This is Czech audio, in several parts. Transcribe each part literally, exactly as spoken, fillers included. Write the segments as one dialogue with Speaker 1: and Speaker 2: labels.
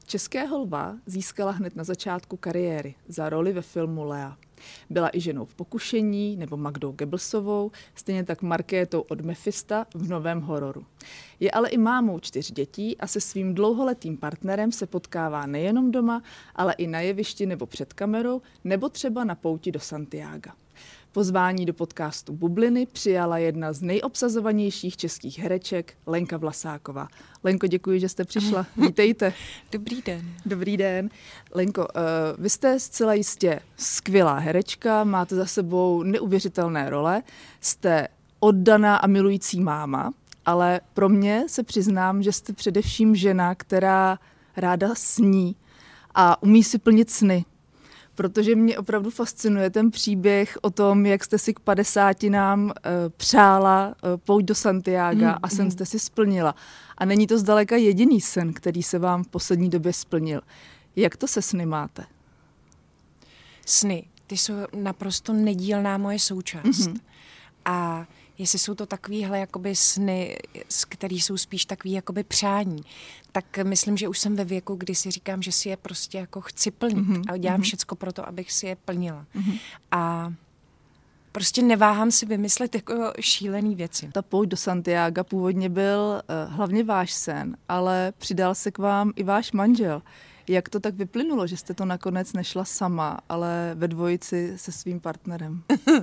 Speaker 1: Českého lva získala hned na začátku kariéry za roli ve filmu Lea. Byla i ženou v Pokušení nebo Magdou Goebbelsovou, stejně tak Markétou od Mefista v novém hororu. Je ale i mámou čtyř dětí a se svým dlouholetým partnerem se potkává nejenom doma, ale i na jevišti nebo před kamerou, nebo třeba na pouti do Santiaga. Pozvání do podcastu Bubliny přijala jedna z nejobsazovanějších českých hereček, Lenka Vlasáková. Lenko, děkuji, že jste přišla. Vítejte.
Speaker 2: Dobrý den.
Speaker 1: Dobrý den. Lenko, uh, vy jste zcela jistě skvělá herečka, máte za sebou neuvěřitelné role, jste oddaná a milující máma, ale pro mě se přiznám, že jste především žena, která ráda sní a umí si plnit sny. Protože mě opravdu fascinuje ten příběh o tom, jak jste si k padesátinám uh, přála uh, pouť do Santiaga mm, a sen mm. jste si splnila. A není to zdaleka jediný sen, který se vám v poslední době splnil. Jak to se sny máte?
Speaker 2: Sny, ty jsou naprosto nedílná moje součást. Mm-hmm. A jestli jsou to takovýhle jakoby sny, který jsou spíš takový jakoby přání, tak myslím, že už jsem ve věku, kdy si říkám, že si je prostě jako chci plnit mm-hmm. a dělám mm-hmm. všecko pro to, abych si je plnila. Mm-hmm. A prostě neváhám si vymyslet jako šílený věci.
Speaker 1: Ta pouť do Santiaga původně byl uh, hlavně váš sen, ale přidal se k vám i váš manžel. Jak to tak vyplynulo, že jste to nakonec nešla sama, ale ve dvojici se svým partnerem?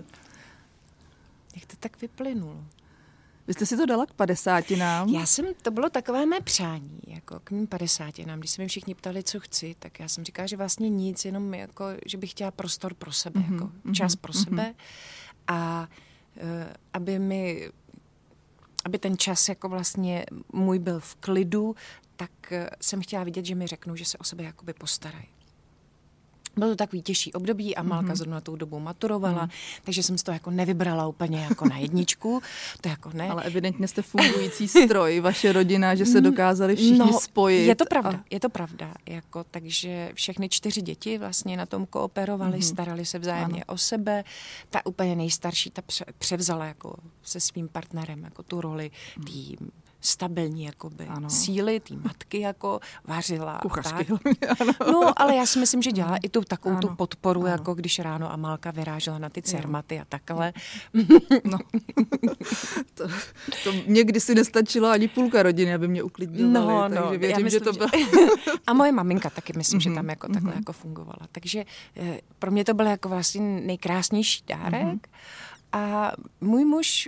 Speaker 2: Jak to tak vyplynulo?
Speaker 1: Vy jste si to dala k padesátinám?
Speaker 2: Já jsem, to bylo takové mé přání, jako k mým padesátinám. Když se mi všichni ptali, co chci, tak já jsem říkala, že vlastně nic, jenom jako, že bych chtěla prostor pro sebe, mm-hmm, jako čas pro mm-hmm. sebe a uh, aby mi, aby ten čas jako vlastně můj byl v klidu, tak uh, jsem chtěla vidět, že mi řeknou, že se o sebe jakoby postarají. Bylo to takový těžší období a Malka mm-hmm. zrovna tou dobou maturovala, mm. takže jsem si to jako nevybrala úplně jako na jedničku, to jako ne.
Speaker 1: Ale evidentně jste fungující stroj, vaše rodina, že se dokázali všichni no, spojit.
Speaker 2: Je to pravda,
Speaker 1: a...
Speaker 2: je to pravda, jako, takže všechny čtyři děti vlastně na tom kooperovali, mm-hmm. starali se vzájemně ano. o sebe, ta úplně nejstarší, ta převzala jako se svým partnerem jako tu roli mm. tý stabilní jakoby ano. síly, tý matky jako vařila.
Speaker 1: Kuchařky.
Speaker 2: No, ale já si myslím, že dělala i tu takovou
Speaker 1: ano.
Speaker 2: tu podporu,
Speaker 1: ano.
Speaker 2: jako když ráno Amálka vyrážela na ty cermaty a takhle.
Speaker 1: No. to, to mě kdysi nestačilo ani půlka rodiny, aby mě uklidnila.
Speaker 2: No,
Speaker 1: takže
Speaker 2: no,
Speaker 1: věřím,
Speaker 2: myslím,
Speaker 1: že to bylo.
Speaker 2: A moje maminka taky myslím,
Speaker 1: mm-hmm.
Speaker 2: že tam jako takhle mm-hmm. jako fungovala. Takže eh, pro mě to byl jako vlastně nejkrásnější dárek. Mm-hmm. A můj muž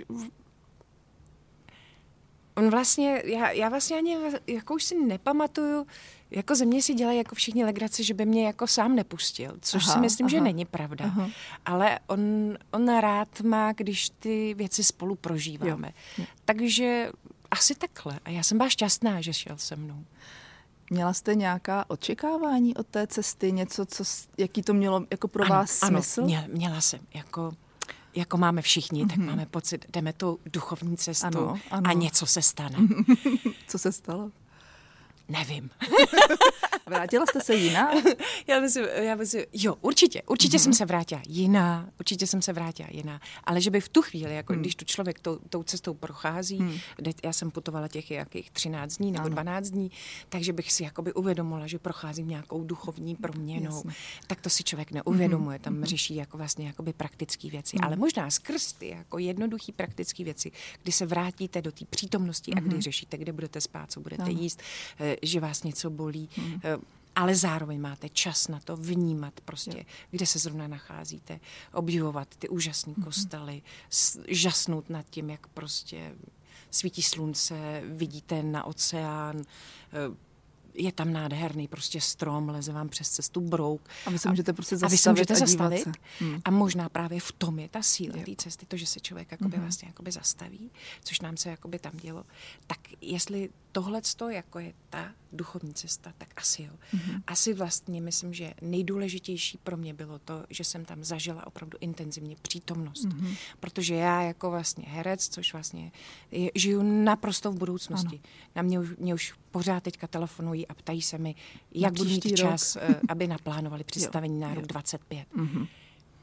Speaker 2: On vlastně, já, já vlastně ani jako už si nepamatuju, jako ze mě si dělají jako všichni legraci, že by mě jako sám nepustil, což aha, si myslím, aha. že není pravda. Aha. Ale on, on rád má, když ty věci spolu prožíváme. Jo. Takže asi takhle. A já jsem byla šťastná, že šel se mnou.
Speaker 1: Měla jste nějaká očekávání od té cesty? Něco, co, jaký to mělo jako pro
Speaker 2: ano,
Speaker 1: vás
Speaker 2: ano,
Speaker 1: smysl?
Speaker 2: Měla, měla jsem jako... jako máme všichni, mm-hmm. tak máme pocit, jdeme tu duchovní cestu
Speaker 1: ano, ano.
Speaker 2: a něco se stane.
Speaker 1: Co se stalo?
Speaker 2: Nevím.
Speaker 1: Vrátila jste se jiná?
Speaker 2: já myslím, já myslím, jo, určitě, určitě mm-hmm. jsem se vrátila jiná, určitě jsem se vrátila jiná, ale že by v tu chvíli, jako mm. když tu člověk tou, tou cestou prochází, mm. kde já jsem putovala těch jakých třináct dní nebo ano. dvanáct dní, takže bych si jakoby uvědomila, že procházím nějakou duchovní proměnou, jasně. tak to si člověk neuvědomuje, tam mm. řeší jako vlastně jakoby praktické věci, mm. ale možná skrz ty jako jednoduchý praktické věci, kdy se vrátíte do té přítomnosti mm. a kdy řešíte, kde budete spát, co budete ano. jíst, že vás něco bolí, mm. ale zároveň máte čas na to vnímat prostě, jo. kde se zrovna nacházíte, obdivovat ty úžasné mm. kostely, žasnout nad tím, jak prostě svítí slunce, vidíte na oceán, je tam nádherný prostě strom, leze vám přes cestu brouk.
Speaker 1: A vy se můžete prostě zastavit
Speaker 2: a vy se můžete
Speaker 1: a
Speaker 2: zastavit.
Speaker 1: Se. Hmm.
Speaker 2: A možná právě v tom je ta síla té cesty, to, že se člověk jakoby mm-hmm. vlastně jakoby zastaví, což nám se jakoby tam dělo. Tak jestli tohleto jako je ta duchovní cesta, tak asi jo. Mm-hmm. Asi vlastně myslím, že nejdůležitější pro mě bylo to, že jsem tam zažila opravdu intenzivně přítomnost. Mm-hmm. Protože já jako vlastně herec, což vlastně je, žiju naprosto v budoucnosti. Ano. Na mě už, mě už pořád teďka telefonují a ptají se mi, jak budu mít čas, aby naplánovali představení na rok dvacet pět. Mm-hmm.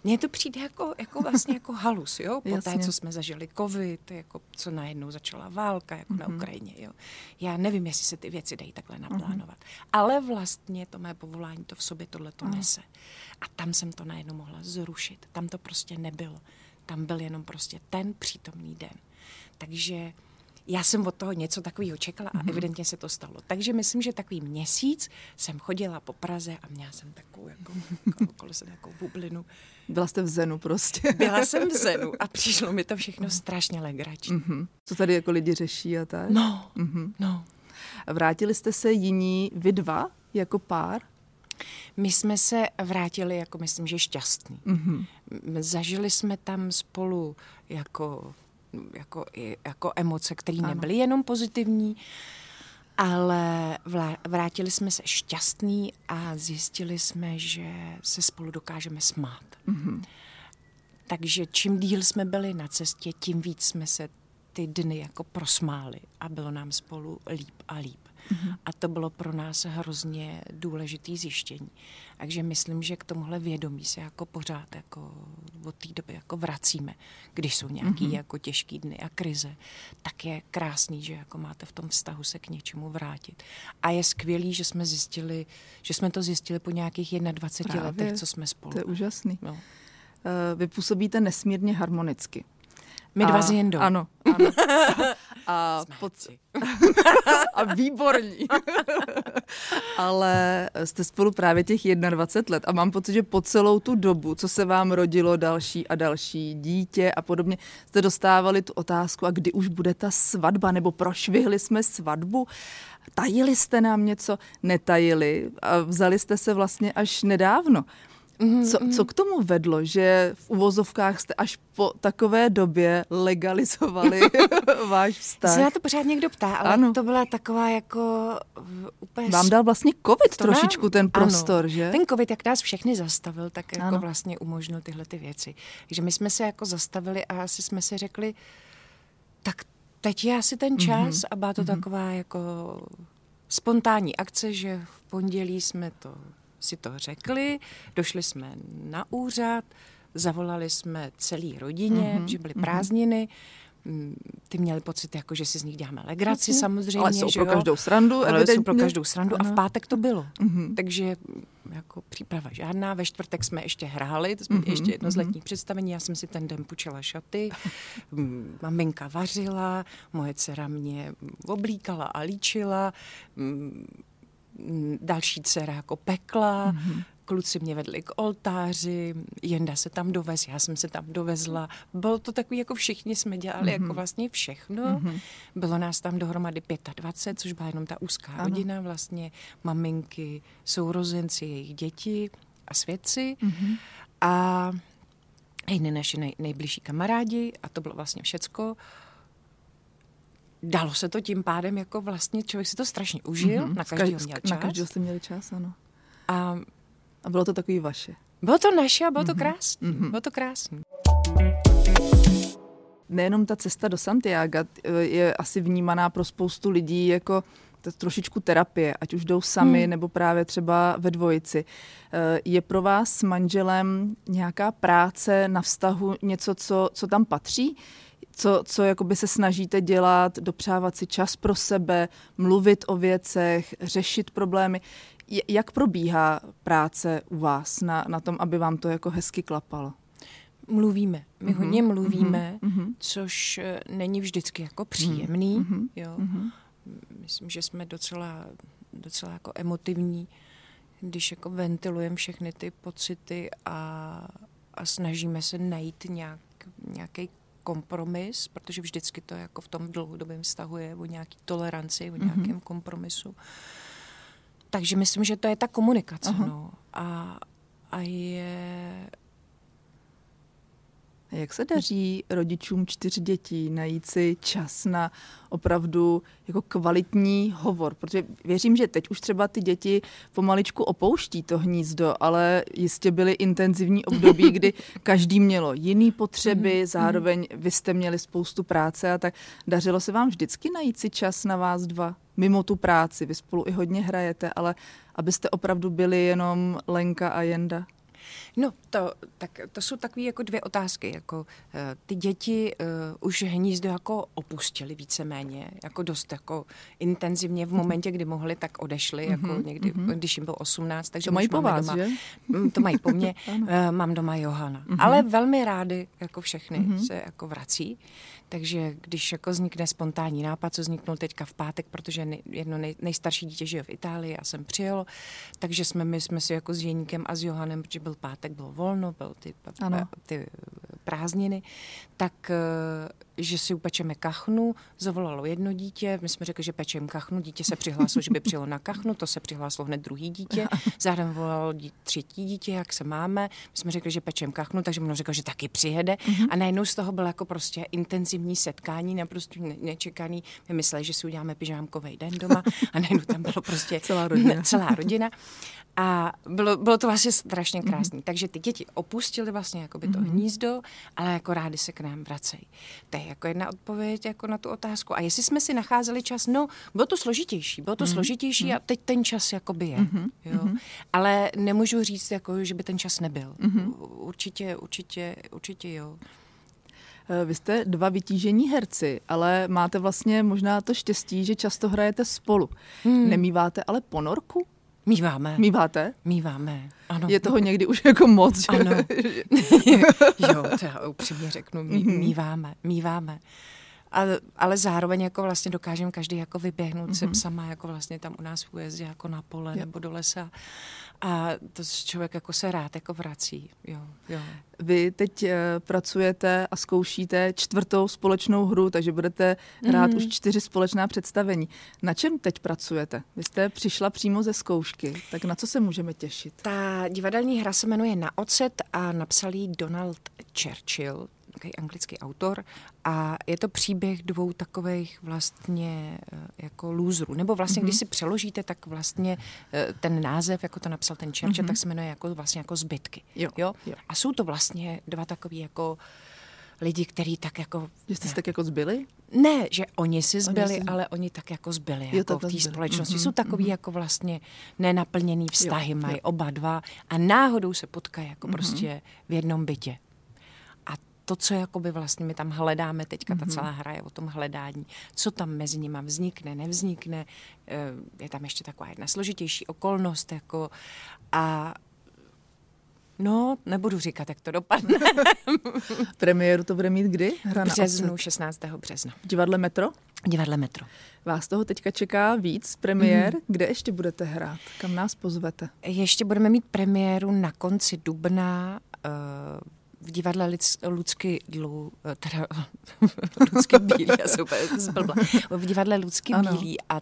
Speaker 2: Mně to přijde jako, jako vlastně jako halus, jo? Po
Speaker 1: Jasně.
Speaker 2: té, co jsme zažili covid, jako co najednou začala válka, jako mm-hmm. na Ukrajině, jo? Já nevím, jestli se ty věci dají takhle naplánovat. Mm-hmm. Ale vlastně to mé povolání to v sobě tohleto mm. nese. A tam jsem to najednou mohla zrušit. Tam to prostě nebylo. Tam byl jenom prostě ten přítomný den. Takže já jsem od toho něco takového čekala a evidentně se to stalo. Takže myslím, že takový měsíc jsem chodila po Praze a měla jsem takovou, jako, okolo jsem takovou bublinu.
Speaker 1: Byla jste v zenu prostě.
Speaker 2: Byla jsem v zenu a přišlo mi to všechno strašně legrační.
Speaker 1: Mm-hmm. Co tady jako lidi řeší a tak?
Speaker 2: No,
Speaker 1: mm-hmm.
Speaker 2: no.
Speaker 1: Vrátili jste se jiní, vy dva, jako pár?
Speaker 2: My jsme se vrátili, jako myslím, že šťastný. Mm-hmm. Zažili jsme tam spolu jako... Jako, jako emoce, které nebyly jenom pozitivní, ale vrátili jsme se šťastní a zjistili jsme, že se spolu dokážeme smát. Mm-hmm. Takže čím díl jsme byli na cestě, tím víc jsme se ty dny jako prosmáli a bylo nám spolu líp a líp. Mm-hmm. A to bylo pro nás hrozně důležitý zjištění. Takže myslím, že k tomuhle vědomí se jako pořád jako od té doby jako vracíme. Když jsou nějaký mm-hmm. jako těžký dny a krize, tak je krásný, že jako máte v tom vztahu se k něčemu vrátit. A je skvělý, že jsme zjistili, že jsme to zjistili po nějakých dvaceti jedna letech, co jsme spolu.
Speaker 1: To je úžasný.
Speaker 2: No.
Speaker 1: Vy působíte nesmírně harmonicky.
Speaker 2: My dva s Jendou.
Speaker 1: Ano, ano. A, pod... a výborní. Ale jste spolu právě těch dvacet jedna let a mám pocit, že po celou tu dobu, co se vám rodilo další a další dítě a podobně, jste dostávali tu otázku, a kdy už bude ta svatba, nebo prošvihli jsme svatbu? Tajili jste nám něco? Netajili. A vzali jste se vlastně až nedávno. Co, co k tomu vedlo, že v uvozovkách jste až po takové době legalizovali váš vztah?
Speaker 2: Se na to pořád někdo ptá, ale ano. To byla taková jako úplně...
Speaker 1: Vám dal vlastně covid
Speaker 2: to
Speaker 1: trošičku
Speaker 2: nám,
Speaker 1: ten prostor,
Speaker 2: ano.
Speaker 1: že?
Speaker 2: Ten covid, jak nás všechny zastavil, tak jako
Speaker 1: ano.
Speaker 2: vlastně umožnil tyhle ty věci. Takže my jsme se jako zastavili a asi jsme si řekli, tak teď je asi ten čas mm-hmm. a byla to mm-hmm. taková jako spontánní akce, že v pondělí jsme to... si to řekli, došli jsme na úřad, zavolali jsme celý rodině, mm-hmm, že byly prázdniny, mm-hmm. ty měli pocit, jako, že si z nich děláme legraci mm-hmm. samozřejmě.
Speaker 1: Ale jsou
Speaker 2: že
Speaker 1: pro
Speaker 2: jo?
Speaker 1: každou srandu,
Speaker 2: ale
Speaker 1: evidentně.
Speaker 2: jsou pro každou srandu ano. A v pátek to bylo. Mm-hmm. Takže jako příprava žádná, ve čtvrtek jsme ještě hráli, to jsme mm-hmm. ještě jedno z letních představení, já jsem si ten den půjčila šaty, maminka vařila, moje dcera mě oblíkala a líčila, další dcera jako pekla, mm-hmm. kluci mě vedli k oltáři, Jenda se tam dovez, já jsem se tam dovezla. Bylo to takový, jako všichni jsme dělali mm-hmm. jako vlastně všechno. Mm-hmm. Bylo nás tam dohromady dvacet pět, což byla jenom ta úzká ano. rodina vlastně, maminky, sourozenci, jejich děti a svědci. Mm-hmm. A jiné naši nej, nejbližší kamarádi a to bylo vlastně všecko. Dalo se to tím pádem, jako vlastně člověk si to strašně užil, mm-hmm. na každého měl čas.
Speaker 1: Na každého jste měli čas, ano.
Speaker 2: A,
Speaker 1: a bylo to takový vaše.
Speaker 2: Bylo to naše a bylo mm-hmm. to krásné.
Speaker 1: Mm-hmm.
Speaker 2: Bylo to krásné.
Speaker 1: Nejenom ta cesta do Santiaga je asi vnímaná pro spoustu lidí jako trošičku terapie, ať už jdou sami, hmm. nebo právě třeba ve dvojici. Je pro vás s manželem nějaká práce na vztahu, něco, co, co tam patří? Co, co jakoby se snažíte dělat, dopřávat si čas pro sebe, mluvit o věcech, řešit problémy? Jak probíhá práce u vás na, na tom, aby vám to jako hezky klapalo?
Speaker 2: Mluvíme. My mm-hmm. hodně mluvíme,
Speaker 1: mm-hmm.
Speaker 2: což není vždycky jako příjemný.
Speaker 1: Mm-hmm.
Speaker 2: Jo.
Speaker 1: Mm-hmm.
Speaker 2: Myslím, že jsme docela, docela jako emotivní, když jako ventilujeme všechny ty pocity a, a snažíme se najít nějak, nějaký kompromis, protože vždycky to jako v tom dlouhodobém vztahu je o nějaký toleranci, o nějakém mm-hmm. kompromisu. Takže myslím, že to je ta komunikace. No. A, a je...
Speaker 1: Jak se daří rodičům čtyř dětí najít si čas na opravdu jako kvalitní hovor? Protože věřím, že teď už třeba ty děti pomaličku opouští to hnízdo, ale jistě byly intenzivní období, kdy každý mělo jiný potřeby, zároveň vy jste měli spoustu práce a tak. Dařilo se vám vždycky najít si čas na vás dva? Mimo tu práci, vy spolu i hodně hrajete, ale abyste opravdu byli jenom Lenka a Jenda?
Speaker 2: No, to, tak, to jsou takové jako dvě otázky. Jako, uh, ty děti uh, už hnízdo jako opustili víceméně, jako dost jako intenzivně v momentě, kdy mohli, tak odešli, mm-hmm. jako někdy, mm-hmm. když jim bylo osmnáct. Takže
Speaker 1: to mají po vás,
Speaker 2: doma,
Speaker 1: že?
Speaker 2: To mají po mně. uh, mám doma Johana. Mm-hmm. Ale velmi rády, jako všechny, mm-hmm. se jako vrací. Takže když jako vznikne spontánní nápad, co vzniknul teďka v pátek, protože jedno nej, nejstarší dítě žije v Itálii a jsem přijel, takže jsme my jsme si jako s Jeníkem a s Johanem, protože byl pátek, bylo volno, byl ty, ty prázdniny, tak že si upečeme kachnu, zavolalo jedno dítě, my jsme řekli, že pečeme kachnu, dítě se přihlásilo, že by přijelo na kachnu, to se přihlásilo hned druhý dítě, zároveň volalo dí, třetí dítě, jak se máme, my jsme řekli, že pečeme kachnu, takže mnou řekl, že taky přijede mm-hmm. a najednou z toho bylo jako prostě intenzivní setkání, naprosto nečekaný, my mysleli, že si uděláme pyžámkový den doma a najednou tam bylo prostě
Speaker 1: celá rodina.
Speaker 2: celá rodina. A bylo, bylo to vlastně strašně krásný. Mm-hmm. Takže ty děti opustily vlastně jakoby to mm-hmm. hnízdo, ale jako rádi se k nám vracejí. To je jako jedna odpověď jako na tu otázku. A jestli jsme si nacházeli čas, no, bylo to složitější, bylo to mm-hmm. složitější a teď ten čas jakoby je. Mm-hmm. Jo. Ale nemůžu říct, jako, že by ten čas nebyl. Mm-hmm. Určitě, určitě, určitě jo.
Speaker 1: Vy jste dva vytížení herci, ale máte vlastně možná to štěstí, že často hrajete spolu. Hmm. Nemíváte ale ponorku?
Speaker 2: Míváme.
Speaker 1: Míváte?
Speaker 2: Míváme, ano.
Speaker 1: Je toho někdy už jako moc, že?
Speaker 2: Ano. Jo, to já upřímně řeknu, mí, míváme, míváme. A, ale zároveň jako vlastně dokážeme každý jako vyběhnout mm-hmm. se psama, jako vlastně tam u nás v újezdě jako na pole jo. nebo do lesa. A to člověk jako se rád jako vrací. Jo, jo.
Speaker 1: Vy teď uh, pracujete a zkoušíte čtvrtou společnou hru, takže budete hrát mm-hmm. už čtyři společná představení. Na čem teď pracujete? Vy jste přišla přímo ze zkoušky, tak na co se můžeme těšit?
Speaker 2: Ta divadelní hra se jmenuje Na ocet a napsal ji Donald Churchill, takový anglický autor, a je to příběh dvou takových vlastně jako lůzrů. Nebo vlastně, mm-hmm. když si přeložíte, tak vlastně ten název, jako to napsal ten Churchill, mm-hmm. tak se jmenuje jako vlastně jako zbytky. Jo, jo? Jo. A jsou to vlastně dva takový jako lidi, kteří tak jako...
Speaker 1: Že jste se tak jako zbyli?
Speaker 2: Ne, že oni si zbyli, oni si... ale oni tak jako zbyli
Speaker 1: jo,
Speaker 2: jako v té společnosti. Mm-hmm. Jsou takový mm-hmm. jako vlastně nenaplněný vztahy, jo, mají jo. oba dva a náhodou se potkají jako mm-hmm. prostě v jednom bytě. To, co jakoby vlastně my tam hledáme teďka, ta celá hra je o tom hledání, co tam mezi nimi vznikne, nevznikne, je tam ještě taková jedna složitější okolnost, jako a no, nebudu říkat, jak to dopadne.
Speaker 1: Premiéru to bude mít kdy? Hra
Speaker 2: v březnu, šestnáctého března.
Speaker 1: V divadle Metro?
Speaker 2: V divadle Metro.
Speaker 1: Vás toho teďka čeká víc premiér. Mm. Kde ještě budete hrát? Kam nás pozvete?
Speaker 2: Ještě budeme mít premiéru na konci dubna uh, v divadle Lucky Dlu, teda Lucky Bílý, já jsem úplně zblbla, v divadle Lucky Bílý a uh,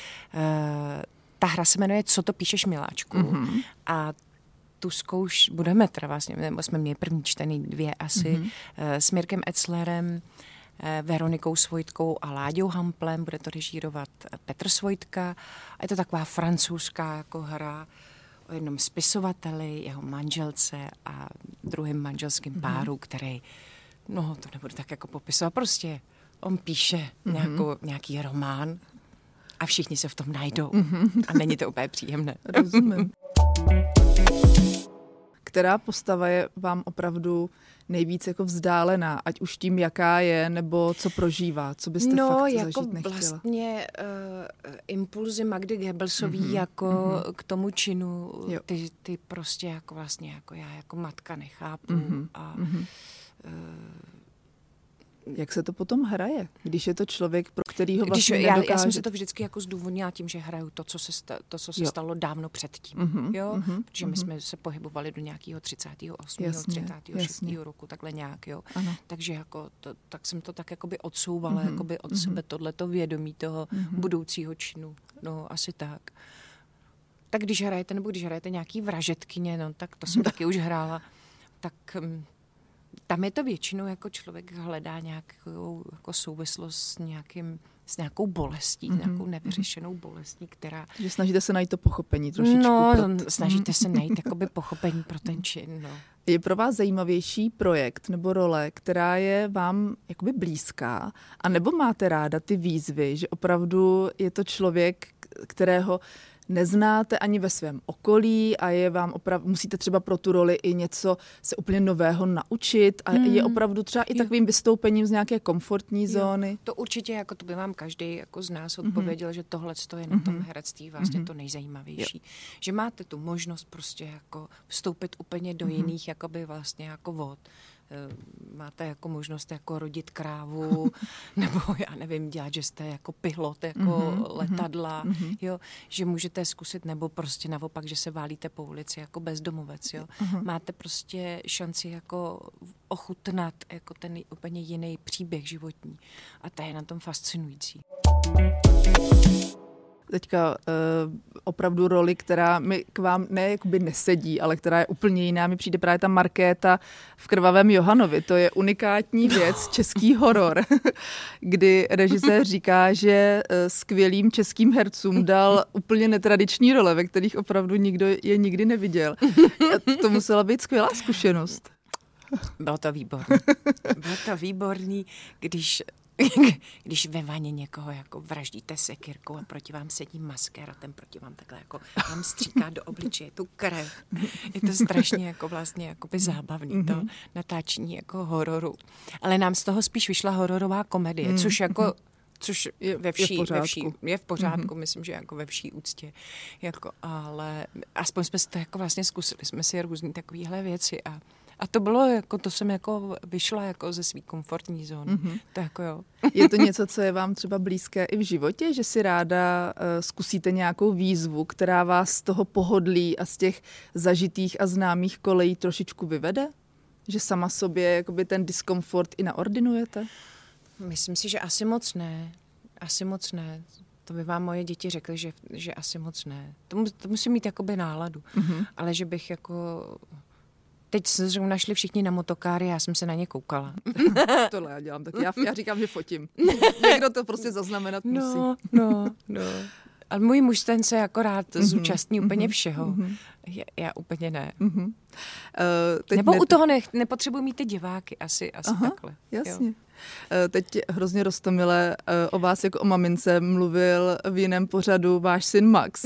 Speaker 2: ta hra se jmenuje Co to píšeš, miláčku? Mm-hmm. A tu zkouš, budeme teda vlastně, nebo jsme měli první čtený dvě asi, mm-hmm. uh, s Mirkem Etzlerem, uh, Veronikou Svojtkou a Láďou Hamplem, bude to režírovat Petr Svojtka. A je to taková francouzská jako hra o jednom spisovateli, jeho manželce a druhým manželským mm-hmm. páru, který, no to nebudu tak jako popisovat, prostě on píše mm-hmm. nějakou, nějaký román a všichni se v tom najdou. Mm-hmm. A není to úplně příjemné.
Speaker 1: Rozumím. Která postava je vám opravdu nejvíc jako vzdálená, ať už tím, jaká je, nebo co prožívá, co byste
Speaker 2: no,
Speaker 1: fakt
Speaker 2: jako
Speaker 1: zažít nechtěla?
Speaker 2: Vlastně uh, impulzy Magdy Goebbelsový mm-hmm. jako mm-hmm. k tomu činu, ty, ty prostě jako vlastně jako já jako matka nechápu. Mm-hmm. A
Speaker 1: mm-hmm. Uh, jak se to potom hraje, když je to člověk, pro kterýho vlastně
Speaker 2: když,
Speaker 1: nedokáže...
Speaker 2: Já, já jsem si to vždycky jako zdůvodnila tím, že hraju to, co se, sta, to, co se stalo dávno předtím. Mm-hmm, jo? Mm-hmm, protože my mm-hmm. jsme se pohybovali do nějakého třicátého osmého třicátého šestého roku, takhle nějak. Jo? Takže jako to, tak jsem to tak jakoby odsouvala mm-hmm, jakoby od mm-hmm. sebe tohleto vědomí toho mm-hmm. budoucího činu. No, asi tak. Tak když hrajete, nebo když hrajete nějaký vražetkyně, no, tak to jsem taky už hrála, tak... Tam je to většinou, jako člověk hledá nějakou jako souvislost s, nějakým, s nějakou bolestí, mm-hmm. nějakou nevyřešenou bolestí, která...
Speaker 1: Že snažíte se najít to pochopení trošičku.
Speaker 2: No, pro... snažíte se najít jakoby pochopení pro ten čin, no.
Speaker 1: Je pro vás zajímavější projekt nebo role, která je vám jakoby blízká, a nebo máte ráda ty výzvy, že opravdu je to člověk, kterého neznáte ani ve svém okolí a je vám opravdu, musíte třeba pro tu roli i něco se úplně nového naučit a hmm. je opravdu třeba i takovým vystoupením z nějaké komfortní zóny.
Speaker 2: Jo, to určitě, jako to by vám každý jako z nás odpověděl, mm-hmm. že tohle je na tom herectví vlastně mm-hmm. to nejzajímavější. Jo. Že máte tu možnost prostě jako vstoupit úplně do mm-hmm. jiných jakoby vlastně jako vod. Máte jako možnost jako rodit krávu, nebo já nevím, dělat, že jste jako pilot, jako mm-hmm, letadla, mm-hmm. jo, že můžete zkusit, nebo prostě naopak, že se válíte po ulici jako bezdomovec, jo. Mm-hmm. Máte prostě šanci jako ochutnat jako ten úplně jiný příběh životní a to je na tom fascinující.
Speaker 1: Teďka uh, opravdu roli, která mi k vám ne jakoby nesedí, ale která je úplně jiná. Mi přijde právě ta Markéta v Krvavém Johanovi. To je unikátní věc, český horor, kdy režisér říká, že uh, skvělým českým hercům dal úplně netradiční role, ve kterých opravdu nikdo je nikdy neviděl. A to musela být skvělá zkušenost.
Speaker 2: Bylo to výborný. Bylo to výborný, když... Když ve vaně někoho jako vraždíte sekyrkou a proti vám sedí maskér a ten proti vám takhle jako vám stříká do obličeje tu krev. Je to strašně jako vlastně jakoby zábavný to natáčení jako hororu. Ale nám z toho spíš vyšla hororová komedie, což jako což je ve vší, je v ve vší, je v pořádku, mm-hmm. myslím, že jako ve vší úctě. Jako, ale aspoň jsme si to jako vlastně zkusili, jsme si různý takovýhle věci a A to bylo, jako, to jsem jako vyšla jako ze svý komfortní zóny. Mm-hmm. To jako jo.
Speaker 1: Je to něco, co je vám třeba blízké i v životě, že si ráda uh, zkusíte nějakou výzvu, která vás z toho pohodlí a z těch zažitých a známých kolejí trošičku vyvede? Že sama sobě jakoby ten diskomfort i naordinujete?
Speaker 2: Myslím si, že asi moc ne. Asi moc ne. To by vám moje děti řekly, že, že asi moc ne. To, to musím mít jakoby náladu. Mm-hmm. Ale že bych jako... Teď se našli všichni na motokáry, já jsem se na ně koukala.
Speaker 1: Tohle já dělám taky. Já, já říkám, že fotím. Někdo to prostě zaznamenat musí.
Speaker 2: No, no, no. Ale můj muž ten se jako rád mm-hmm, zúčastní mm-hmm, úplně všeho. Mm-hmm. Já, já úplně ne. Mm-hmm. Uh, Nebo ne... u toho ne, nepotřebuji mít ty diváky, asi, asi Aha, takhle.
Speaker 1: Jasně. Jo. Teď hrozně roztomile o vás jako o mamince mluvil v jiném pořadu váš syn Max.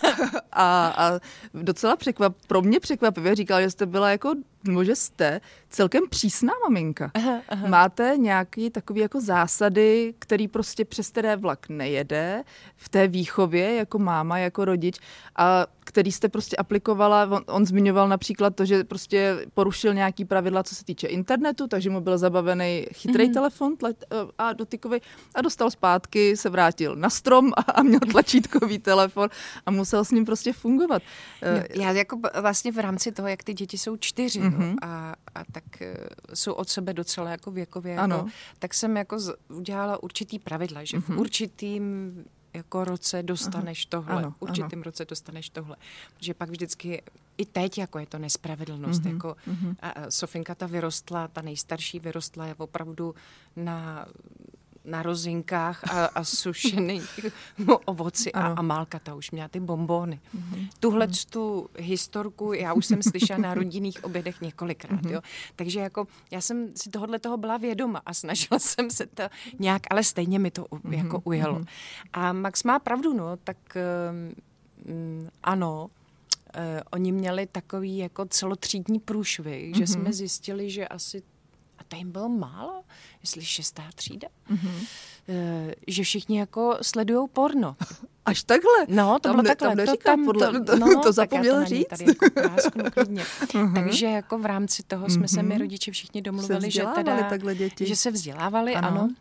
Speaker 1: a, a docela překvap, pro mě překvapivě říkal, že jste byla jako, nebo že jste celkem přísná maminka. Aha, aha. Máte nějaký takový jako zásady, který prostě přes které vlak nejede v té výchově jako máma, jako rodič a který jste prostě aplikovala, on, on zmiňoval například to, že prostě porušil nějaký pravidla, co se týče internetu, takže mu byl zabavený chytrý mm-hmm. telefon tlet, a dotykový a dostal zpátky, se vrátil na strom a, a měl tlačítkový telefon a musel s ním prostě fungovat.
Speaker 2: No, já jako vlastně v rámci toho, jak ty děti jsou čtyři mm-hmm. no, a, a tak jsou od sebe docela jako věkově, jako, tak jsem jako z, udělala určitý pravidla, že mm-hmm. v určitým jako roce dostaneš Aha. tohle, v určitým ano. roce dostaneš tohle. Protože pak vždycky, i teď jako je to nespravedlnost. Mm-hmm. Jako, a, a Sofinka ta vyrostla, ta nejstarší vyrostla je opravdu na, na rozinkách a, a sušených ovoci a Amálka ta už měla ty bonbony. Mm-hmm. Tuhle mm-hmm. tu historku já už jsem slyšela na rodinných obědech několikrát. Mm-hmm. Jo? Takže jako já jsem si tohohle toho byla vědoma a snažila jsem se to nějak, ale stejně mi to mm-hmm. jako ujelo. Mm-hmm. A Max má pravdu, no, tak um, ano, uh, oni měli takový jako celotřídní průšvih, mm-hmm. že jsme zjistili, že asi a to jim bylo málo, jestli šestá třída, mm-hmm. že všichni jako sledujou porno.
Speaker 1: Až takhle?
Speaker 2: No, to
Speaker 1: tam
Speaker 2: bylo
Speaker 1: ne,
Speaker 2: takhle.
Speaker 1: Tam neříká,
Speaker 2: to, tam,
Speaker 1: podle,
Speaker 2: to, no,
Speaker 1: to zapomněl
Speaker 2: to
Speaker 1: říct.
Speaker 2: Tady jako prásknu klidně. uh-huh. Takže jako v rámci toho jsme mm-hmm. se my rodiči všichni domluvili, že, teda, že se vzdělávali, ano. ano.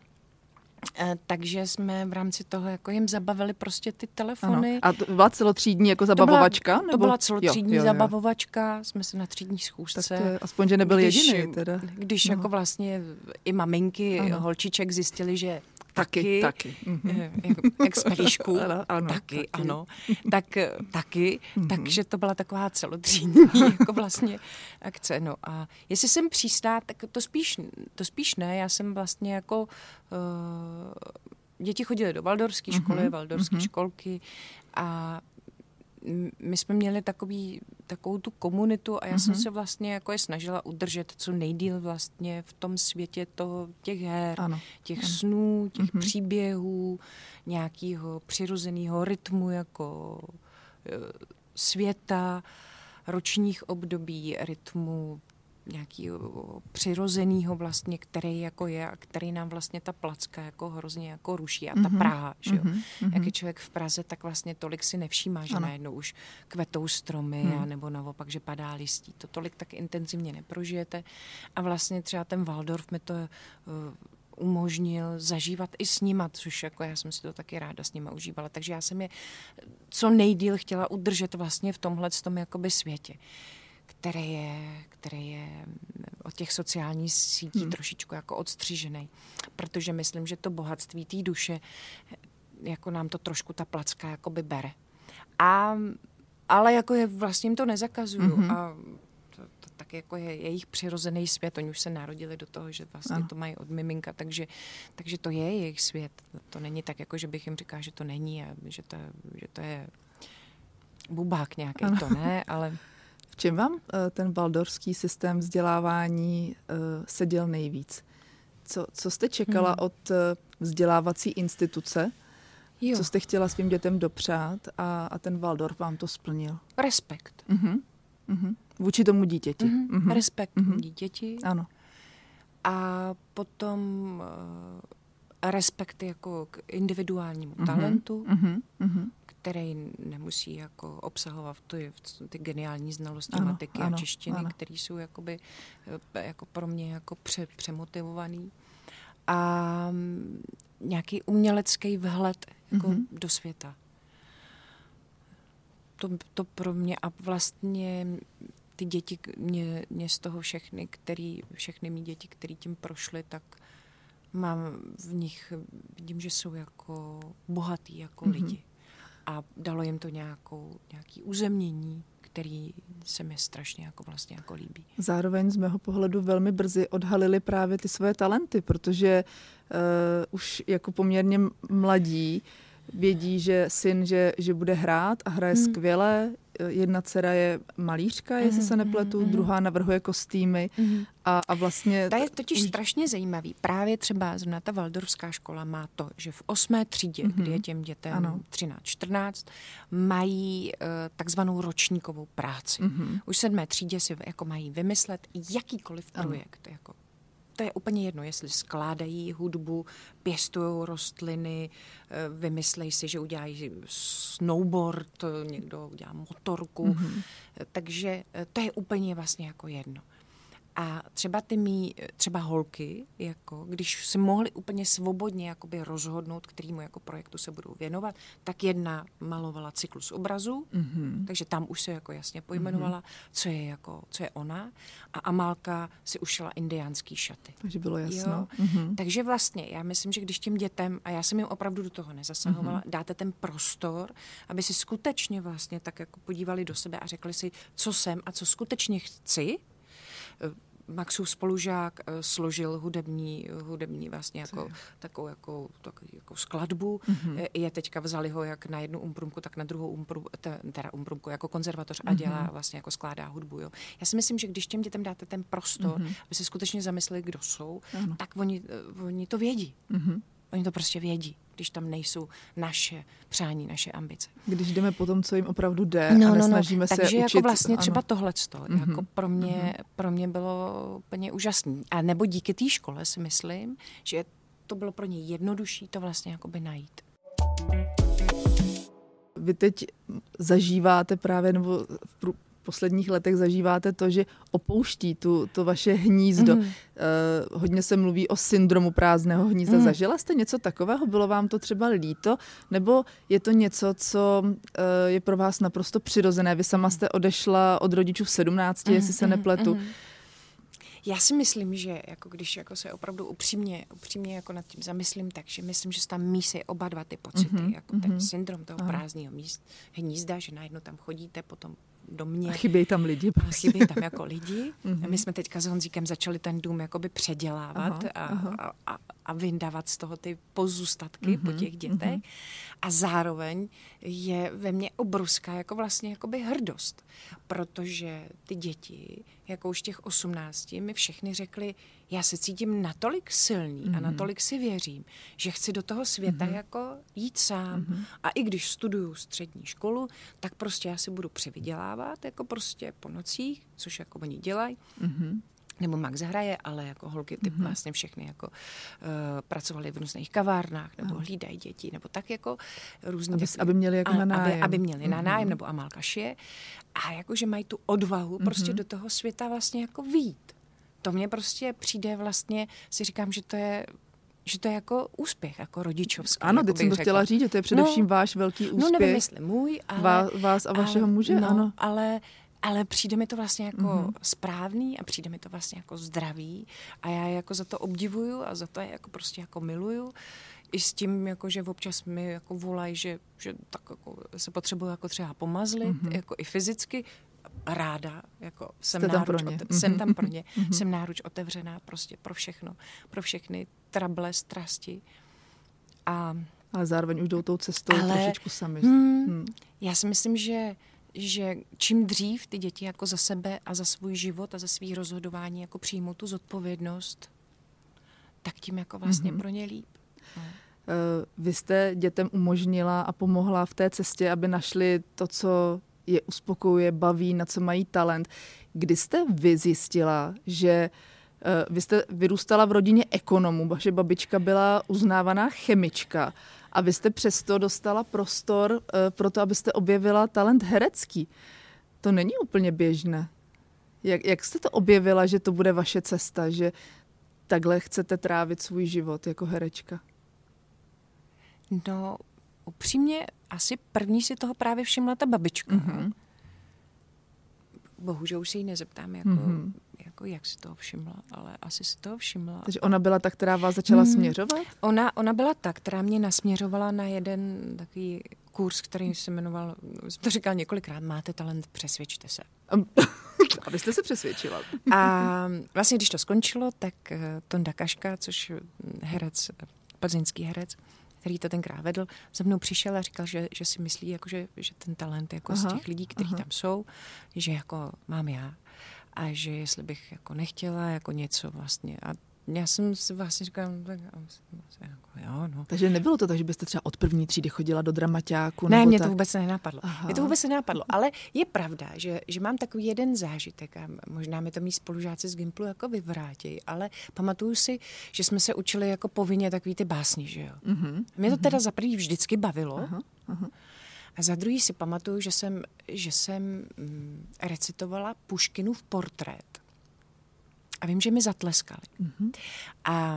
Speaker 2: Takže jsme v rámci toho jako jim zabavili prostě ty telefony.
Speaker 1: Ano. A to byla celotřídní jako zabavovačka?
Speaker 2: To byla, to byla celotřídní jo, jo, jo. zabavovačka, jsme se na třídní schůzce.
Speaker 1: Tak to je, aspoň, že nebyl když, jediný teda.
Speaker 2: Když no. jako vlastně i maminky ano. holčiček zjistili, že
Speaker 1: Taky,
Speaker 2: taky,
Speaker 1: taky.
Speaker 2: Mm-hmm. jak z pelíšku,
Speaker 1: ano, ano,
Speaker 2: taky,
Speaker 1: taky,
Speaker 2: ano, tak taky, mm-hmm. takže to byla taková celotřídní jako vlastně akce, no a jestli jsem přísná, tak to spíš, to spíš ne, já jsem vlastně jako, uh, děti chodily do waldorfské školy, mm-hmm. waldorfské mm-hmm. školky a my jsme měli takový, takovou tu komunitu a já mm-hmm. jsem se vlastně jako je snažila udržet co nejdýl vlastně v tom světě toho, těch her, ano. těch ano. snů, těch mm-hmm. příběhů, nějakého přirozeného rytmu jako světa, ročních období, rytmu, nějakého přirozenýho vlastně, který jako je a který nám vlastně ta placka jako hrozně jako ruší a ta mm-hmm. Praha, že jo. Mm-hmm. Jak je člověk v Praze, tak vlastně tolik si nevšímá, že ano. najednou už kvetou stromy mm. a nebo naopak, že padá listí. To tolik tak intenzivně neprožijete a vlastně třeba ten Waldorf mi to uh, umožnil zažívat i s nima, což jako já jsem si to taky ráda s nima užívala. Takže já jsem je co nejdýl chtěla udržet vlastně v tomhletom jakoby světě, který je, který je od těch sociálních sítí hmm. trošičku jako odstřižený. Protože myslím, že to bohatství té duše, jako nám to trošku ta placka jakoby bere. A, ale jako je, vlastně jim to nezakazuju. Hmm. A to, to tak jako je jejich přirozený svět. Oni už se narodili do toho, že vlastně ano. to mají od miminka, takže, takže to je jejich svět. To není tak, jako že bych jim říkala, že to není a že to, že to je bubák nějaký, ano. to ne, ale...
Speaker 1: V čem vám ten waldorfský systém vzdělávání seděl nejvíc? Co, co jste čekala hmm. od vzdělávací instituce? Jo. Co jste chtěla svým dětem dopřát a, a ten Waldorf vám to splnil?
Speaker 2: Respekt.
Speaker 1: Uh-huh. Uh-huh. Vůči tomu dítěti.
Speaker 2: Uh-huh. Uh-huh. Respekt uh-huh. dítěti.
Speaker 1: Ano.
Speaker 2: A potom uh, respekt jako k individuálnímu uh-huh. talentu. Uh-huh. Uh-huh. který nemusí jako obsahovat ty, ty geniální znalosti ano, matiky ano, a češtiny, které jsou jakoby, jako pro mě jako pře, přemotivovaný. A nějaký umělecký vhled jako mm-hmm. do světa. To, to pro mě a vlastně ty děti, mě, mě z toho všechny, který, všechny mý děti, který tím prošly, tak mám v nich, vidím, že jsou jako bohatý jako mm-hmm. lidi. A dalo jim to nějakou, nějaký uzemnění, který se mi strašně jako vlastně jako líbí.
Speaker 1: Zároveň z mého pohledu velmi brzy odhalili právě ty svoje talenty, protože uh, už jako poměrně mladí vědí, že syn, že, že bude hrát a hraje hmm. skvěle. Jedna dcera je malířka, jestli mm, se nepletu, mm, druhá navrhuje kostýmy mm. a, a vlastně...
Speaker 2: To je totiž už... strašně zajímavý. Právě třeba zrovna ta waldorfská škola má to, že v osmé třídě, mm-hmm. kdy je těm dětem ano. třináct čtrnáct, mají uh, takzvanou ročníkovou práci. Mm-hmm. Už v sedmé třídě si jako mají vymyslet jakýkoliv projekt, ano. jako to je úplně jedno, jestli skládají hudbu, pěstují rostliny, vymyslejí si, že udělají snowboard, někdo udělá motorku, mm-hmm. takže to je úplně vlastně jako jedno. A třeba ty mý, třeba holky, jako, když si mohly úplně svobodně jakoby rozhodnout, kterému jako projektu se budou věnovat, tak jedna malovala cyklus obrazů, mm-hmm. takže tam už se jako jasně pojmenovala, mm-hmm. co je jako, co je ona. A Amálka si ušila indiánský šaty.
Speaker 1: Takže bylo jasno. Mm-hmm.
Speaker 2: Takže vlastně já myslím, že když těm dětem, a já jsem jim opravdu do toho nezasahovala, mm-hmm. dáte ten prostor, aby si skutečně vlastně tak jako podívali do sebe a řekli si, co jsem a co skutečně chci. Maxův spolužák složil hudební, hudební vlastně jako, takovou jako, takovou jako skladbu. Mm-hmm. Je teďka vzali ho jak na jednu umprumku, tak na druhou umprumku, teda umprumku jako konzervatoř a dělá mm-hmm. vlastně jako skládá hudbu. Jo. Já si myslím, že když těm dětem dáte ten prostor, mm-hmm. aby se skutečně zamysleli, kdo jsou, ano. tak oni, oni to vědí. Mm-hmm. Oni to prostě vědí, když tam nejsou naše přání, naše ambice. Když
Speaker 1: jdeme po tom, co jim opravdu jde no, a nesnažíme
Speaker 2: no, no.
Speaker 1: se
Speaker 2: Takže
Speaker 1: učit.
Speaker 2: Takže jako vlastně třeba
Speaker 1: ano.
Speaker 2: tohleto, mm-hmm. jako pro mě, mm-hmm. pro mě bylo úplně úžasný. A nebo díky té škole si myslím, že to bylo pro ně jednodušší to vlastně jakoby najít.
Speaker 1: Vy teď zažíváte právě, nebo v prů... v posledních letech zažíváte to, že opouští tu, to vaše hnízdo. Mm. Uh, hodně se mluví o syndromu prázdného hnízda. Mm. Zažila jste něco takového? Bylo vám to třeba líto? Nebo je to něco, co uh, je pro vás naprosto přirozené? Vy sama jste odešla od rodičů v sedmnácti, mm. jestli se nepletu. Mm.
Speaker 2: Já si myslím, že jako když jako se opravdu upřímně, upřímně jako nad tím zamyslím, takže myslím, že se tam mísí oba dva ty pocity. Mm-hmm. Jako ten syndrom toho prázdného hnízda, že najednou tam chodíte, potom do mě.
Speaker 1: A chybějí tam lidi.
Speaker 2: Prostě. Chybějí tam jako lidi. Mm-hmm. My jsme teďka s Honzíkem začali ten dům jakoby předělávat aha, a, aha. A, a, a vyndávat z toho ty pozůstatky mm-hmm, po těch dětech. Mm-hmm. A zároveň je ve mně obrovská jako vlastně jakoby hrdost. Protože ty děti, jako už těch osmnácti, mi všechny řekli, já se cítím natolik silný mm-hmm. a natolik si věřím, že chci do toho světa mm-hmm. jako jít sám. Mm-hmm. A i když studuju střední školu, tak prostě já si budu přivydělávat, jako prostě po nocích, což jako oni dělají. Mm-hmm. Nebo Max hraje, ale jako holky ty mm-hmm. vlastně všechny jako uh, pracovaly v různých kavárnách, nebo Aha. hlídají děti, nebo tak jako různě.
Speaker 1: Aby, aby měli jako na nájem.
Speaker 2: Aby, aby měli mm-hmm. na nájem, nebo Amálka šije. A jakože mají tu odvahu mm-hmm. prostě do toho světa vlastně jako vyjít. To mně prostě přijde vlastně, si říkám, že to je že to je jako úspěch, jako rodičovský.
Speaker 1: Ano,
Speaker 2: jako
Speaker 1: teď jsem to chtěla říct, že to je především
Speaker 2: no,
Speaker 1: váš velký úspěch.
Speaker 2: No nevím, jestli můj, ale...
Speaker 1: Vás, vás a vašeho
Speaker 2: ale,
Speaker 1: muže,
Speaker 2: no,
Speaker 1: ano.
Speaker 2: Ale... Ale přijde mi to vlastně jako mm-hmm. správný a přijde mi to vlastně jako zdravý a já je jako za to obdivuju a za to je jako prostě jako miluju. I s tím, jako, že občas mi jako volají, že, že tak jako se potřebuju jako třeba pomazlit, mm-hmm. jako i fyzicky. Ráda, jako jsem,
Speaker 1: Jste
Speaker 2: náruč,
Speaker 1: tam pro ně.
Speaker 2: Ote- jsem tam pro ně.
Speaker 1: Mm-hmm.
Speaker 2: Jsem náruč otevřená prostě pro všechno. Pro všechny trable, strasti. A,
Speaker 1: ale zároveň už jdou tou cestou ale, trošičku sami.
Speaker 2: Hmm, hmm. Já si myslím, že že čím dřív ty děti jako za sebe a za svůj život a za svý rozhodování jako přijmou tu zodpovědnost, tak tím jako vlastně mm-hmm. pro ně líp. No.
Speaker 1: Vy jste dětem umožnila a pomohla v té cestě, aby našli to, co je uspokojuje, baví, na co mají talent. Kdy jste vy zjistila, že vy jste vyrůstala v rodině ekonomů, vaše babička byla uznávaná chemička a vy jste přesto dostala prostor uh, pro to, abyste objevila talent herecký. To není úplně běžné. Jak, jak jste to objevila, že to bude vaše cesta, že takhle chcete trávit svůj život jako herečka?
Speaker 2: No, upřímně, asi první si toho právě všimla ta babička. Mm-hmm. Bohužel už se jí nezeptám, jako, mm-hmm. jako jak si toho všimla, ale asi si toho všimla.
Speaker 1: Takže ona byla ta, která vás začala mm. směřovat?
Speaker 2: Ona, ona byla ta, která mě nasměřovala na jeden takový kurz, který se jmenoval, jsem to říkala několikrát, máte talent, přesvědčte se.
Speaker 1: Abyste se přesvědčila.
Speaker 2: A vlastně, když to skončilo, tak Tonda Kaška, což herec, plzeňský herec, který to tenkrát vedl, za mnou přišel a říkal, že, že si myslí, jako, že, že ten talent jako z těch lidí, kteří tam jsou, že jako mám já a že jestli bych jako nechtěla jako něco vlastně. A já jsem si vlastně říkala, tak jako, jo, no.
Speaker 1: Takže nebylo to tak, že byste třeba od první třídy chodila do dramaťáku?
Speaker 2: Ne,
Speaker 1: nebo
Speaker 2: mě
Speaker 1: tak?
Speaker 2: to vůbec nenapadlo. Aha. Mě to vůbec nenapadlo, ale je pravda, že, že mám takový jeden zážitek a možná mi to mý spolužáci z Gimplu jako vyvrátějí, ale pamatuju si, že jsme se učili jako povinně takový ty básni, že jo. Uh-huh. Mě to teda za první vždycky bavilo. Uh-huh. Uh-huh. A za druhý si pamatuju, že jsem, že jsem mm, recitovala Puškinův portrét. A vím, že mi zatleskali. Mm-hmm. A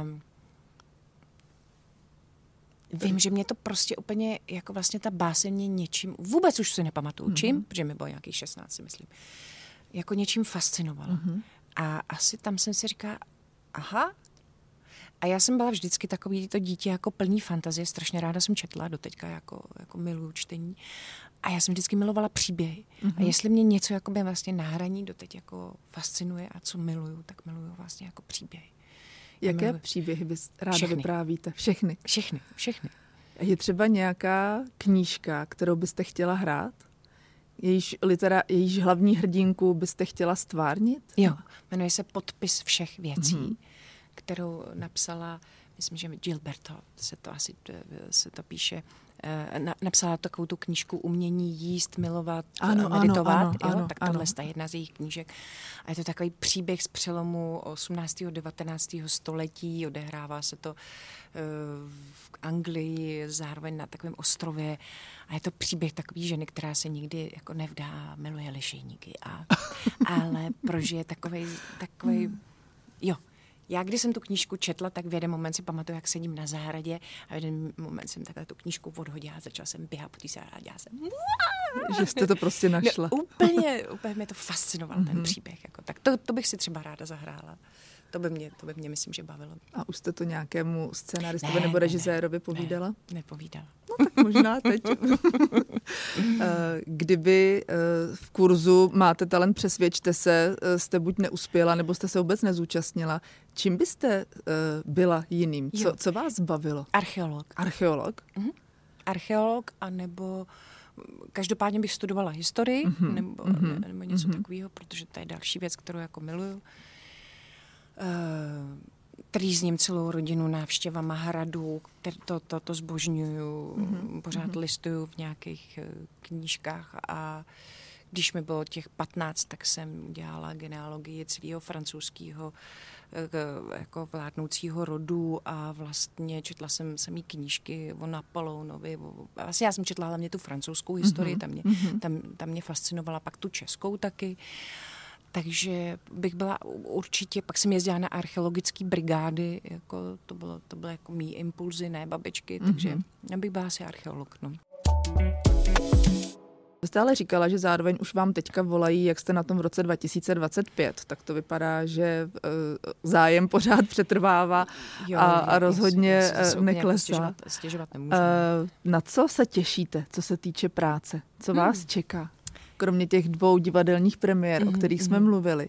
Speaker 2: vím, že mě to prostě úplně, jako vlastně ta báseň mě něčím, vůbec už si nepamatuju mm-hmm. čím, protože mi bylo nějakých šestnáct, si myslím, jako něčím fascinovala. Mm-hmm. A asi tam jsem si říkala, aha. A já jsem byla vždycky takový to dítě jako plný fantazie, strašně ráda jsem četla, doteďka jako, jako miluju čtení. A já jsem vždycky milovala příběhy. Mm-hmm. A jestli mě něco jakoby vlastně na hraní doteď jako fascinuje a co miluju, tak miluju vlastně jako příběhy.
Speaker 1: Jaké miluju... příběhy bys ráda
Speaker 2: všechny.
Speaker 1: vyprávíte? Všechny?
Speaker 2: Všechny, všechny.
Speaker 1: Je třeba nějaká knížka, kterou byste chtěla hrát? Jejíž, litera, jejíž hlavní hrdinku byste chtěla stvárnit?
Speaker 2: Jo, jmenuje se Podpis všech věcí, mm-hmm. kterou napsala, myslím, že Gilberto se to asi se to píše, Na, napsala takovou tu knížku Umění jíst, milovat,
Speaker 1: ano,
Speaker 2: meditovat.
Speaker 1: Ano,
Speaker 2: jo?
Speaker 1: ano,
Speaker 2: tak tohle je jedna z jejich knížek. A je to takový příběh z přelomu osmnáctého devatenáctého století. Odehrává se to uh, v Anglii, zároveň na takovém ostrově. A je to příběh takový ženy, která se nikdy jako nevdá a miluje lišejníky. A, ale prožije takovej, takovej, jo. Já, když jsem tu knížku četla, tak v jeden moment si pamatuju, jak sedím na zahradě a v jeden moment jsem takhle tu knížku odhodila a začala jsem běhat po té zahradě a jsem...
Speaker 1: Že jste to prostě našla.
Speaker 2: No, úplně, úplně mě to fascinoval, mm-hmm. ten příběh. Jako. Tak to, to bych si třeba ráda zahrála. To by mě, to by mě myslím, že bavilo.
Speaker 1: A už jste to nějakému scénáristovi nebo režisérovi povídala?
Speaker 2: Ne, nepovídala.
Speaker 1: No tak možná teď. Kdyby v kurzu Máte talent, přesvědčte se, jste buď neuspěla, nebo jste se vůbec nezúčastnila, čím byste byla jiným? Co, co vás bavilo?
Speaker 2: Archeolog.
Speaker 1: Archeolog?
Speaker 2: Mhm. Archeolog, anebo... Každopádně bych studovala historii, mm-hmm. nebo, mm-hmm. nebo něco mm-hmm. takového, protože to je další věc, kterou jako miluju. trýzním celou rodinu návštěvama hradů, to, to, to zbožňuju, mm-hmm. pořád mm-hmm. listuju v nějakých knížkách a když mi bylo těch patnáct, tak jsem dělala genealogii celého francouzského jako vládnoucího rodu a vlastně četla jsem samý knížky o Napoleonovi. Vlastně já jsem četla hlavně tu francouzskou historii, mm-hmm. tam, mě, mm-hmm. tam, tam mě fascinovala pak tu českou taky. Takže bych byla určitě, pak jsem jezdila na archeologické brigády, jako to bylo, to bylo jako mý impulzy, ne babičky, takže mm-hmm. já bych byla asi archeolog. No.
Speaker 1: Vy jste ale říkala, že zároveň už vám teďka volají, jak jste na tom v roce dva tisíce dvacet pět, tak to vypadá, že uh, zájem pořád přetrvává jo, a, a rozhodně jasně, neklesá.
Speaker 2: Stěžovat, stěžovat nemůžu.
Speaker 1: Uh, na co se těšíte, co se týče práce? Co hmm. vás čeká? Kromě těch dvou divadelních premiér, mm, o kterých jsme mm. mluvili.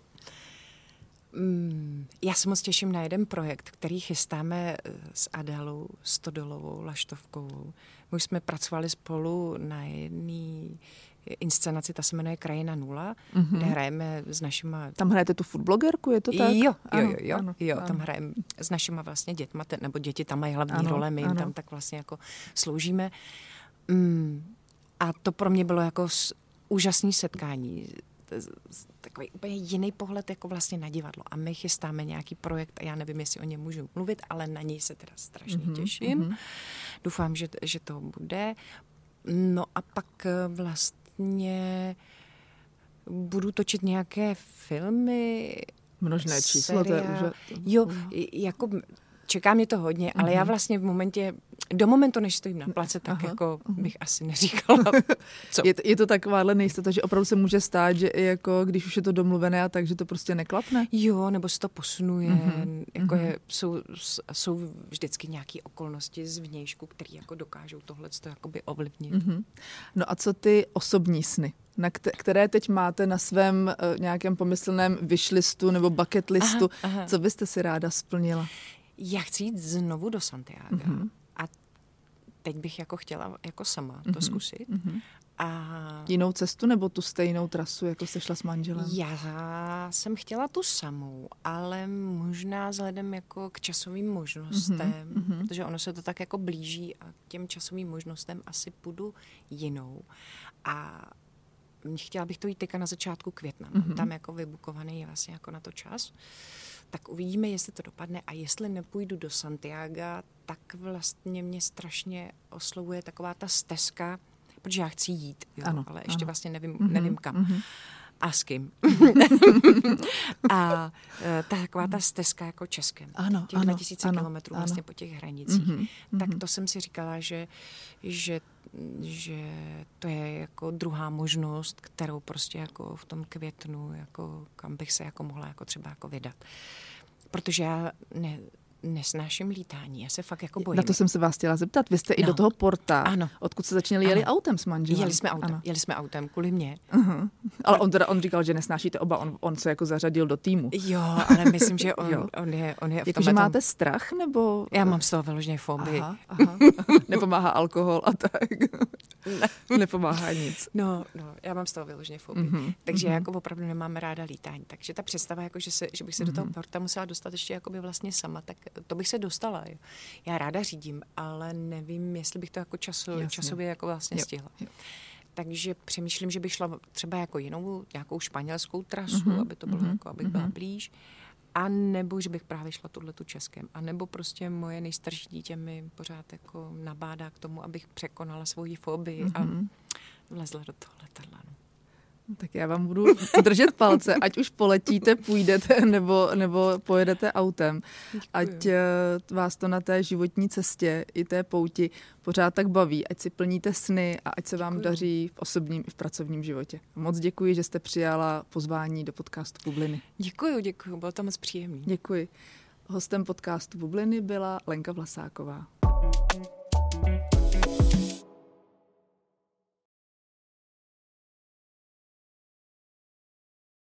Speaker 2: Mm, já se moc těším na jeden projekt, který chystáme s Adélou Stodolovou Laštovkovou. My už jsme pracovali spolu na jedné inscenaci, ta se jmenuje Krajina nula, mm-hmm. kde hrajeme s našima...
Speaker 1: Tam hrajete tu foodblogerku, je to tak?
Speaker 2: Jo, jo,
Speaker 1: ano,
Speaker 2: jo, jo,
Speaker 1: ano,
Speaker 2: jo
Speaker 1: ano.
Speaker 2: tam hrajeme s našima vlastně dětma, nebo děti tam mají hlavní
Speaker 1: ano,
Speaker 2: role, my jim
Speaker 1: ano.
Speaker 2: tam tak vlastně jako sloužíme. Mm, a to pro mě bylo jako úžasné setkání, takový úplně jiný pohled jako vlastně na divadlo. A my chystáme nějaký projekt a já nevím, jestli o něm můžu mluvit, ale na něj se teda strašně mm-hmm, těším. Mm-hmm. Doufám, že, že to bude. No a pak vlastně budu točit nějaké filmy.
Speaker 1: Množné číslo. To je už...
Speaker 2: Jo, jako... Čeká mě to hodně, ale mm-hmm. já vlastně v momentě, do momentu, než stojím na place, tak Aha. jako bych asi neříkala, co.
Speaker 1: Je to, je to takováhle nejistota, že opravdu se může stát, že i jako, když už je to domluvené a tak, že to prostě neklapne?
Speaker 2: Jo, nebo se to posunuje, mm-hmm. jako
Speaker 1: mm-hmm.
Speaker 2: je, jsou, jsou vždycky nějaké okolnosti zvnějšku, které jako dokážou tohleto jakoby ovlivnit.
Speaker 1: Mm-hmm. No a co ty osobní sny? Na které teď máte na svém uh, nějakém pomyslném wishlistu nebo bucket listu, aha, aha. co byste si ráda splnila?
Speaker 2: Já chci jít znovu do Santiaga mm-hmm. a teď bych jako chtěla jako sama mm-hmm. to zkusit. Mm-hmm. A
Speaker 1: jinou cestu nebo tu stejnou trasu, jako jste šla s manželem?
Speaker 2: Já jsem chtěla tu samou, ale možná vzhledem jako k časovým možnostem, mm-hmm. protože ono se to tak jako blíží a k těm časovým možnostem asi půjdu jinou. A chtěla bych to jít teďka na začátku května. Mm-hmm. Tam jako vybukovaný je vlastně jako na to čas. Tak uvidíme, jestli to dopadne a jestli nepůjdu do Santiaga, tak vlastně mě strašně oslovuje taková ta stezka, protože já chci jít, jo, ano, ale ještě ano. vlastně nevím, mm-hmm, nevím kam. Mm-hmm. A s kým. A ta, taková ta stezka jako Českem.
Speaker 1: Ano,
Speaker 2: těch
Speaker 1: ano,
Speaker 2: dva tisíce
Speaker 1: ano,
Speaker 2: kilometrů
Speaker 1: ano.
Speaker 2: vlastně po těch hranicích.
Speaker 1: Mm-hmm,
Speaker 2: tak to jsem si říkala, že, že, že to je jako druhá možnost, kterou prostě jako v tom květnu, jako kam bych se jako mohla jako třeba jako vydat. Protože já ne, nesnáším lítání, já se fakt jako bojím.
Speaker 1: Na to jsem se vás chtěla zeptat. Vy jste no. i do toho Porta,
Speaker 2: ano.
Speaker 1: odkud se začínali, jeli ano. autem s manželem.
Speaker 2: Jeli jsme autem, ano. jeli jsme autem kvůli mně.
Speaker 1: Uh-huh. Ale on teda on říkal, že nesnášíte oba, on, on se jako zařadil do týmu.
Speaker 2: Jo, ale myslím, že on, on je, on je v
Speaker 1: jako, že máte strach, nebo?
Speaker 2: Já mám z toho vyloženě fobii.
Speaker 1: Aha, aha. Nepomáhá alkohol a tak. Ne. Nepomáhá nic.
Speaker 2: No, no, já mám z toho vyloženě fobii. Mm-hmm. Takže mm-hmm. já jako opravdu nemám ráda lítání. Takže ta představa, jako, že, se, že bych se mm-hmm. do toho Porta musela dostat ještě jakoby vlastně sama, tak to bych se dostala. Jo. Já ráda řídím, ale nevím, jestli bych to jako času, časově jako vlastně jo. stihla. Jo. Takže přemýšlím, že bych šla třeba jako jinou, nějakou španělskou trasu, mm-hmm. aby to bylo mm-hmm. jako, abych mm-hmm. byla blíž. A nebo, že bych právě šla tuhletu Českem. A nebo prostě moje nejstarší dítě mi pořád jako nabádá k tomu, abych překonala svoji fobii mm-hmm. a vlezla do toho letadla. No.
Speaker 1: Tak já vám budu držet palce, ať už poletíte, půjdete nebo, nebo pojedete autem. Děkuji. Ať vás to na té životní cestě i té pouti pořád tak baví, ať si plníte sny a ať se vám děkuji. Daří v osobním i v pracovním životě. Moc děkuji, že jste přijala pozvání do podcastu Bubliny.
Speaker 2: Děkuji, děkuji, bylo to moc příjemné.
Speaker 1: Děkuji. Hostem podcastu Bubliny byla Lenka Vlasáková.